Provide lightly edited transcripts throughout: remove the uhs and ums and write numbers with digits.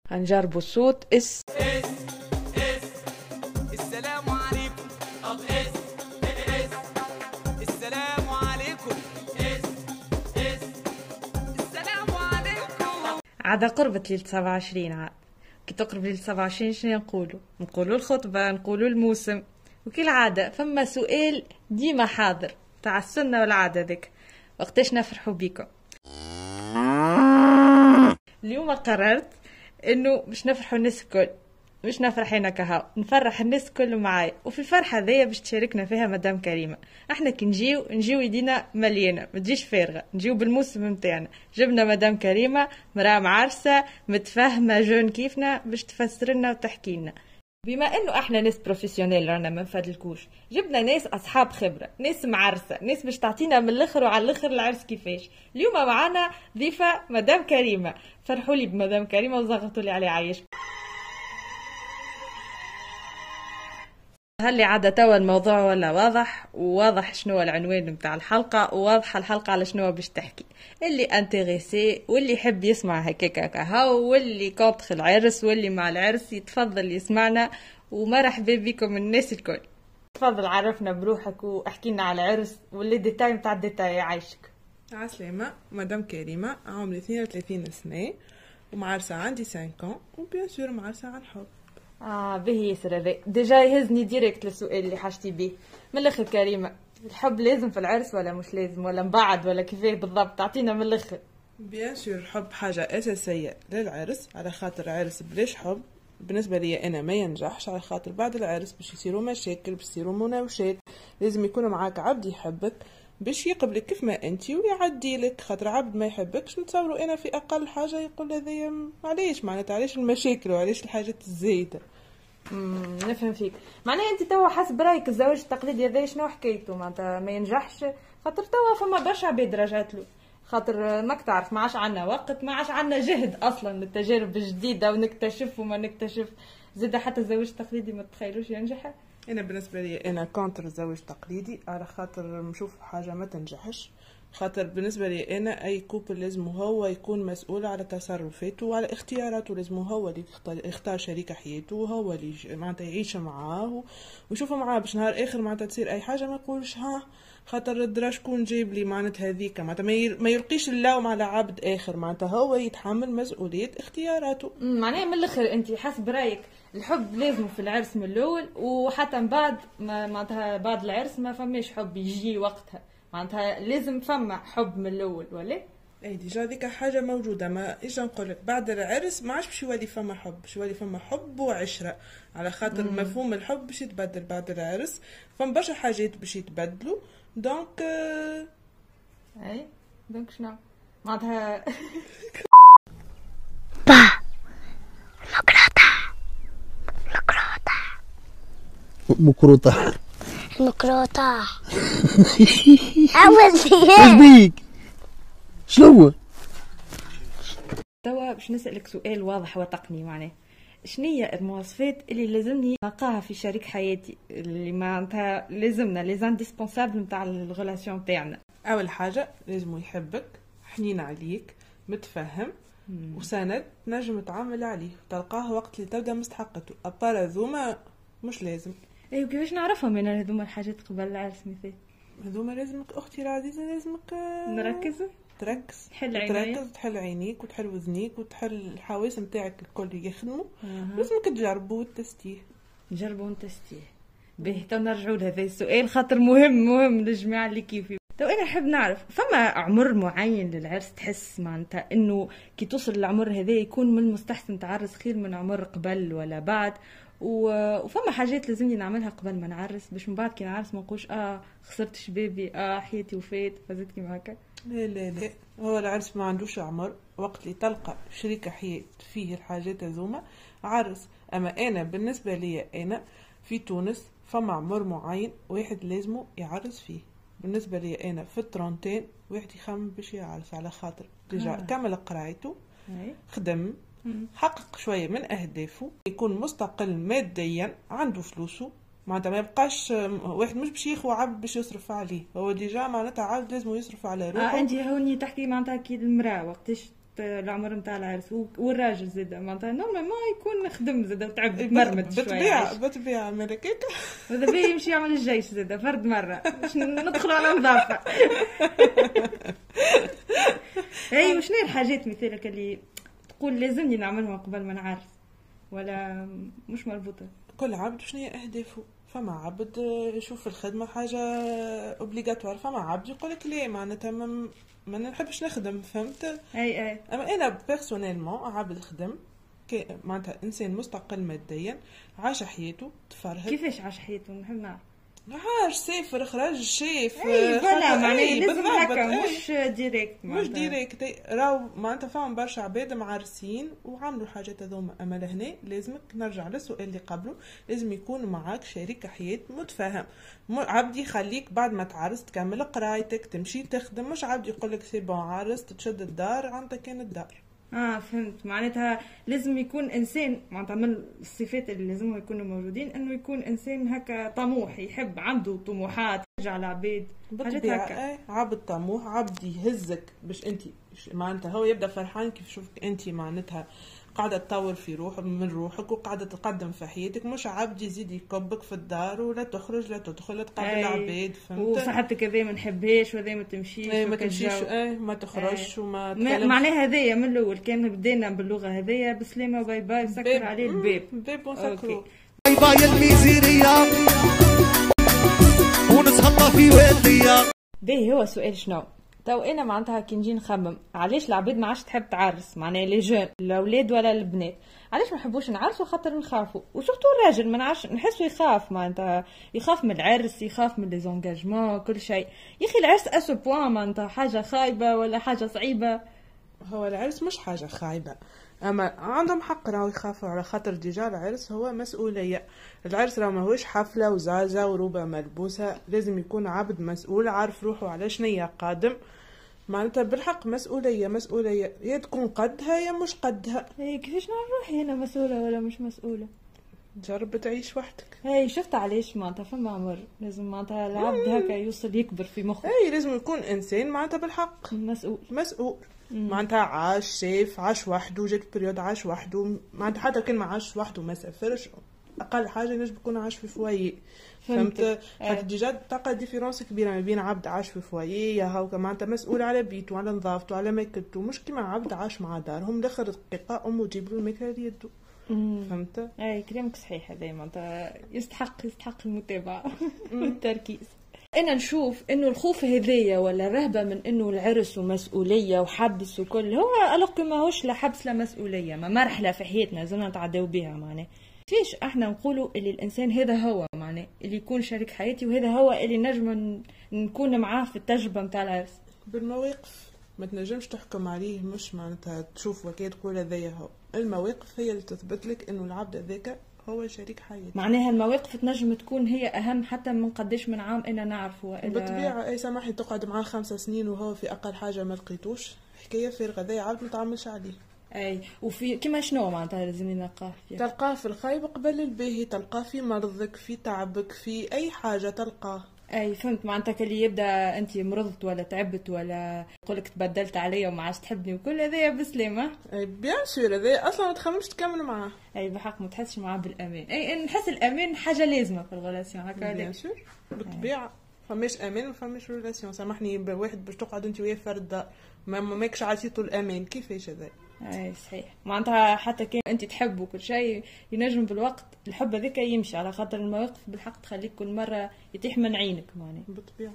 هنجربوا صوت اس. السلام عليكم. طب اس السلام عليكم. السلام عليكم. عاد قربت ليلة 27. عاد كي تقرب ليلة 27 شنو نقولوا الخطبة، نقولوا الموسم، وكالعادة فما سؤال ديما حاضر تاع السنة والعادة ذيك، وقتاش نفرحوا بيكم. اليوم قررت انه مش نفرحوا الناس الكل، مش نفرح انا كهو، نفرح الناس كل معايا، وفي الفرحه هذيا باش تشاركنا فيها مدام كريمه. احنا كي نجيو يدينا مليانه، ما تجيش فارغه، نجيو بالموسم نتاعنا. جبنا مدام كريمه مراه معرسه متفاهمه جون كيفنا باش تفسر لنا وتحكي لنا. بما انه احنا ناس بروفيسيونيل رانا ما نفدلكوش، جبنا ناس اصحاب خبره، ناس معرسه، ناس باش تعطينا من الاخر وعلى الاخر العرس كيفاش. اليوم معنا ضيفه مدام كريمه. فرحوا لي بمدام كريمه وزغطوا لي عليه عايش. هل عاد توا الموضوع ولا واضح، وواضح شنو العنوان نتاع الحلقه، وواضحه الحلقه على شنو باش تحكي. اللي انتريسي واللي يحب يسمع هكاكا كهو، واللي كونتر العرس واللي مع العرس يتفضل يسمعنا، ومرحبا بكم الناس الكل. تفضل عرفنا بروحك واحكي لنا على العرس واللي ديتاي نتاع الديتاي يعيشك. عسلامة، مدام كريمة، عمري 32 سنة ومعرسة عندي 5 ans، وبيان سور معرسة عن حب. باهي ياسر هذا ديجا يهزني ديريكت للسؤال اللي حاجتي بيه. من الاخر كريمه، الحب لازم في العرس ولا مش لازم، ولا مبعد، ولا كيفاه بالضبط؟ تعطينا من الاخر. بيان سور الحب حاجة أساسية للعرس، على خاطر العرس بلاش حب بالنسبة لي أنا ما ينجحش، على خاطر بعد العرس باش يصيروا مشاكل، باش يصيروا مناوشات. لازم يكون معاك عبد يحبك باش يقبلك كيف ما انتي ويعدي لك، خاطر عبد ما يحبكش نتصوروا انا في اقل حاجه يقول هذايا علاش، معناتها علاش المشاكل وعلاش الحاجات الزايده. نفهم فيك. معناها انت توا حسب رايك الزواج التقليدي هذا شنو حكايته؟ معناتها ما ينجحش خاطر توا فما برشا عباد رجعت له، خاطر ماك تعرف ما عادش عندنا وقت، ما عادش عندنا جهد اصلا للتجارب الجديده ونكتشف وما نكتشف. زاد حتى الزواج التقليدي ما تخيلوش ينجح. انا بالنسبه لي انا كونتر الزواج التقليدي، على خاطر نشوف حاجه ما تنجحش. خاطر بالنسبه لي انا اي كوبل لازم هو يكون مسؤول على تصرفاته وعلى اختياراته، لازم هو اللي يختار شريك حياته، هو اللي معناتها يعيش معاه ويشوف معاه باش نهار اخر معناتها تصير اي حاجه ما يقولش ها خاطر الدرا شكون جايب لي معناتها هذيك، معناتها ما يلقيش اللوم على عبد اخر، معناتها هو يتحمل مسؤوليه اختياراته. معناها من الاخر انت حسب رايك الحب لازم في العرس من الاول، وحتى من بعد معناتها بعد العرس ما فماش حب يجي وقتها، معناتها لازم فما حب من الاول ولا؟ اي ديجا ديك حاجه موجوده، ما ايش نقول لك، بعد العرس ما عادش باش يولي فما حب، باش يولي فما حب وعشره، على خاطر مفهوم الحب باش يتبدل بعد العرس، فما برشا حاجات باش يتبدلوا. دونك اي دونك شنو معناتها مكروطة عوض ايش بيك؟ شنو؟ توا باش نسألك سؤال واضح وتقني. معناه شنية المواصفات اللي لازمني نلقاها في شريك حياتي، اللي معناتها لازمنا لي انديسبونسابل نتاع الريلاسيون تاعنا؟ اول حاجه لازم يحبك، حنين عليك، متفهم وسند، نجم تعامل عليه تلقاه وقت اللي تبدا مستحقته. ابار ذوما مش لازم. اي وكيفاش نعرفهم من هذوما الحاجات قبل العرس؟ مثال هذوما لازمك اختي العزيزه، لازمك نركز تحل عينيك وتحل وذنيك وتحل الحواس نتاعك الكل يخدموا. لازمك تجربوا وتستيه. نجربوا ونتستيه. باهي تو نرجعوا لهذا السؤال خاطر مهم للجماعه اللي كيفي. تو انا نحب نعرف فما عمر معين للعرس تحس معناتها انه كي توصل للعمر هذا يكون من المستحسن تعرس خير من عمر قبل ولا بعد؟ وفما حاجات لازمني نعملها قبل ما نعرس باش من بعد كي نعرس ما نقولش خسرت شبابي حياتي وفات فزتني معاك؟ لا هو العرس ما عندوش عمر، وقت اللي تلقى شريك حياة فيه الحاجات هذوما عرس. اما انا بالنسبه لي انا في تونس فما عمر معين واحد لازمه يعرس فيه. بالنسبه لي انا في الترونتين واحد يخمم باش يعرس، على خاطر ديجا كمل قرايته، خدم، حقق شويه من اهدافه، يكون مستقل ماديا، عنده فلوسه، معناتها ما يبقاش واحد مش باش يخوى عبد باش يصرف عليه، هو ديجا معناتها عبد لازم يصرف على روحه. انت هوني تحكي معناتها كي المراه وقتاش العمر نتاع العرس والراجل زاد معناتها نورمال ما يكون خدم زاد وتعب مرمد شويه بطبيعة ملكيك هذا بيه يمشي يعمل الجيش زاد فرد مره باش ندخلوا على نظافه. اي وشنو الحاجات مثالك اللي تقول لازمني نعملهم قبل ما نعرس ولا مش مربوطه؟ كل عبد شنو هي اهدافه. فما عبد يشوف الخدمه حاجه اوبليغاتوار، فما عبد يقول لك لا معناتها ما نحبش نخدم، فهمت؟ اي اما انا بيرسونيلمون عبد خدم معناتها انسان مستقل ماديا، عاش حياته تفرهد. كيفاش عاش حياته؟ نحب نعرف. عاش سافر خرج شيف فوالا معناها لازم هكا مش ديريكت مش ديريكت راهو معناتها فهم برشا عباد معرسين وعملوا حاجات هذوما. اما لهنا لازمك نرجع للسؤال اللي قبله، لازم يكون معاك شريك حياه متفاهم. عبد يخليك بعد ما تعرس تكمل قرايتك تمشي تخدم، مش عبد يقولك سي بون عرست تشد الدار عندك كان الدار. فهمت. معناتها لازم يكون انسان معناتها من الصفات اللي لازم يكونوا موجودين انه يكون انسان هكا طموح، يحب عنده طموحات، يرجع العباد حاجات هكا. عبد طموح، عبد يهزك باش انت معناتها هو يبدا فرحان كيف يشوفك انت معناتها قاعده تطور في روحك من روحك وقاعده تقدم في حياتك، مش عبد يزيد يكبك في الدار ولا تخرج لا تدخل لا تقابل العباد، فهمت؟ وصاحبتك هذا ما نحبهاش وهذا ما تمشيش ما تمشيش ما تخرجش وما معناها هذايا من الاول كان بدينا باللغه هذيا بسلامه باي باي سكر عليه الباب ونسكروا باي باي الميزيريا ونتهلا في والديا. باهي هو سؤال شنو تو انا معناتها كي نجي نخمم علاش العباد ما عادش تحب تعرس، معناها لي جون الاولاد ولا البنات علاش ما نحبوش نعرسوا؟ خاطر نخافوا، وشفتوا الراجل ما نعرفش نحسوا يخاف، معناتها يخاف من العرس، يخاف من لي زونغاجمون كل شيء. يا اخي العرس اسو بوان معناتها حاجه خايبه ولا حاجه صعيبه؟ هو العرس مش حاجه خايبه، اما عندهم حق راهو يخافوا على خاطر ديجا العرس هو مسؤوليه. العرس راه ماهوش حفله وزازه وروبه ملبوسه، لازم يكون عبد مسؤول عارف روحه على شنيا قادم، معناتها بالحق مسؤوليه يا تكون قدها يا مش قدها. كيفاش نعرف روحي انا مسؤوله ولا مش مسؤوله؟ جرب تعيش وحدك. شفت علاش معناتها فما عمر لازم معناتها العبد هكا يوصل يكبر في مخه. لازم يكون انسان معناتها بالحق مسؤول. معناتها عاش شاف عاش وحده، جات بريود عاش وحده، معناتها حتى كان ما عاش وحده ما سافرش اقل حاجه لازم يكون عاش في فوايي، فهمت؟ خاطر ديجا تلقى ديفيرونس كبيره ما بين عبد عاش في فوايي يا هاكا معناتها مسؤول على بيته وعلى نظافته وعلى ماكلته، مش كيما عبد عاش مع دارهم لاخر دقيقه امه تجيب له الماكله ليده، فهمت؟ كلامك صحيح هذا معناتها يستحق المتابعه والتركيز. انا نشوف انه الخوف هذايا ولا الرهبه من انه العرس ومسؤوليه وحبس وكل هو الوغ ما هوش لا حبس لا مسؤوليه، ما مرحله في حياتنا لازمنا نتعداو بها. معناه فيش احنا نقولوا اللي الانسان هذا هو معناه اللي يكون شريك حياتي وهذا هو اللي نجم نكون معاه في التجربه نتاع العرس بالمواقف. ما تنجمش تحكم عليه، مش معناتها تشوف وكيد تقول هذايا هو. المواقف هي اللي تثبت لك انه العبد هذاك هو شريك حياتي. معناها المواقف تنجم تكون هي اهم حتى من قداش من عام انا نعرفه بالطبيعه. سامحني تقعد معاه 5 سنين وهو في اقل حاجه ما لقيتوش، حكايه فارغه. ذا عبد ما تعملش عليه. وفي كيما شنو معناتها لازم نلقاه تلقاه في الخايب قبل الباهي، تلقاه في مرضك في تعبك في اي حاجه تلقاه. فهمت. معناتها اللي يبدا انت مرضت ولا تعبت ولا يقولك تبدلت عليا وما عادش تحبني وكل هذايا بسلامه. بيان سور هذا اصلا ما تخممش تكمل معاه. بحق ما تحسش معاه بالامان. نحس الامان حاجه لازمه في الريلاسيون هكا. بيان سور بالطبيعه. فماش امان ما فماش ريلاسيون. سامحني بواحد باش تقعد انت وياه فرد ما ماكش عطيتو الامان كيفاش هذا؟ صحيح. معناتها حتى كان انت تحب وكل شيء ينجم بالوقت الحب هذاك يمشي على خاطر المواقف بالحق تخليك كل مره يتيح من عينك معناه بالطبيعه.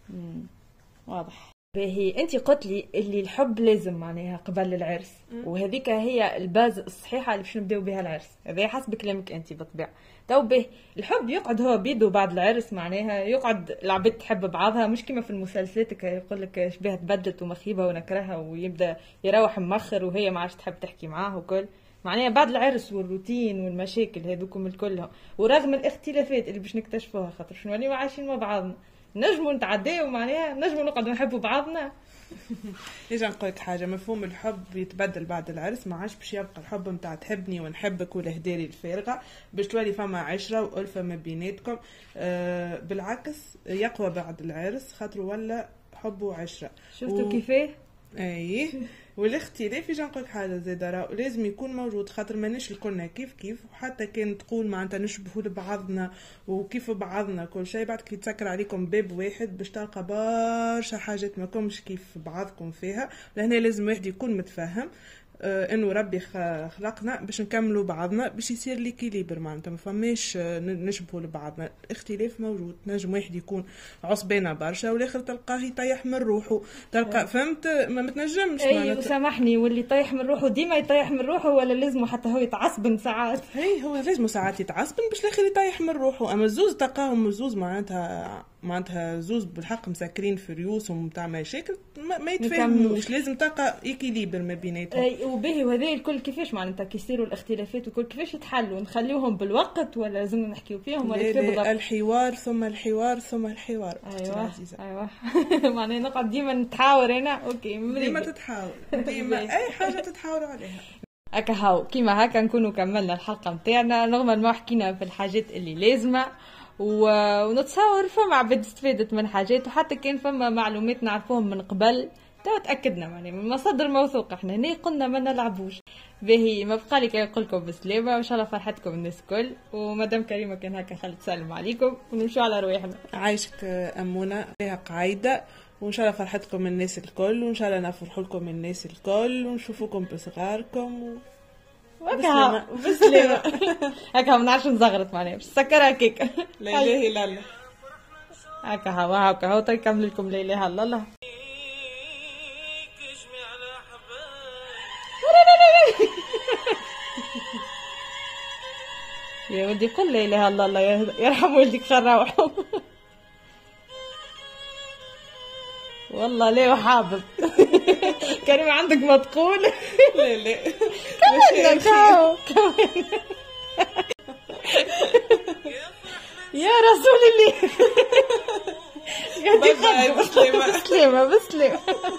واضح. باهي انت قلت لي اللي الحب لازم معناها قبل العرس، وهذيك هي الباز الصحيحه اللي باش نبداو بها العرس. هذا حسب كلامك انت بالطبيعه. تو به الحب يقعد هو بيدو بعد العرس، معناها يقعد العباد تحب بعضها، مش كيما في المسلسلات يقول لك شبيها تبدلت ومخيبه ونكرهها ويبدا يروح مخر وهي ما عادش تحب تحكي معاه وكل. معناها بعد العرس والروتين والمشاكل هذوكم الكلها ورغم الاختلافات اللي باش نكتشفوها خاطر شنو اللي عايشين مع بعضنا نجموا نتعداو، معناها نجموا نقعدوا نحبوا بعضنا. نجي نقولك حاجه، مفهوم الحب يتبدل بعد العرس، ما عادش باش يبقى الحب نتاع تحبني ونحبك والهداري الفارغه، باش تولي فما عشره والفه ما بيناتكم. بالعكس يقوى بعد العرس خاطر ولا حب وعشره. شفتوا كيفاه؟ والاختلاف يجي نقولك حاجه زاده راهو لازم يكون موجود، خاطر ماناش الكلنا كيف كيف، وحتى كان تقول معناتها نشبهوا لبعضنا وكيف بعضنا كل شيء، بعد كي تسكر عليكم باب واحد باش تلقى برشا حاجات ماكمش كيف بعضكم فيها. لهنا لازم واحد يكون متفهم انه ربي خلقنا باش نكملوا بعضنا، باش يصير ليكيليبر، معناتها ما فماش نشبهوا لبعضنا. الاختلاف موجود، نجم واحد يكون عصبانه برشا والاخر تلقاه يطيح من روحه، تلقى فهمت ما تنجمش اي وسامحني، واللي يطيح من روحه ديما يطيح من روحه ولا لازم حتى هو يتعصبن ساعات؟ هي هو لازم ساعات يتعصبن باش الاخر يطيح من روحه. اما الزوز تلقاهم الزوز معناتها زوز بالحق مسكرين في ريوسهم نتاع مشاكل ما يتفاهموش، لازم تلقى ايكيليبر ما بيناتهم. اي وباهي وهذا الكل كيفاش معناتها كي يصيروا الاختلافات وكل كيفاش يتحلوا؟ نخليوهم بالوقت ولا لازم نحكيو فيهم ولا كيف بالضبط؟ الحوار ثم الحوار ثم الحوار. ايوه معناها نقعد ديما نتحاور انا اوكي ديما تتحاور ديما اي حاجه تتحاوروا عليها. هكا هاو كيما هكا نكونوا كملنا الحلقه نتاعنا. نورمال ما حكينا في الحاجات اللي لازمه ونتصور فما عباد استفادت من حاجات، وحتى كان فما معلومات نعرفوهم من قبل تو تاكدنا يعني من مصادر موثوقه. احنا هنا قلنا ما نلعبوش. باهي ما بقى لي نقول لكم بسلامه، وان شاء الله فرحتكم الناس الكل. ومدام كريمه كان هكا خلت تسلم عليكم ونمشوا على رواحنا. عايشك امونه فيها قاعده، وان شاء الله فرحتكم الناس الكل، وان شاء الله نفرحوا لكم الناس الكل ونشوفوكم بصغاركم وهكا بسلامه. هكا ما نعرفش نزغرت معناها باش نسكرها كيك. لا اله الا الله. هكا هاو تكمل لكم لا اله الا الله. يا ولدي قل لا اله الا الله يرحم ولدك خراوح. والله ليه حابب. كريم عندك ما تقول؟ لا كمان يا رسول الله. باي باي. بسلامة بسلامة.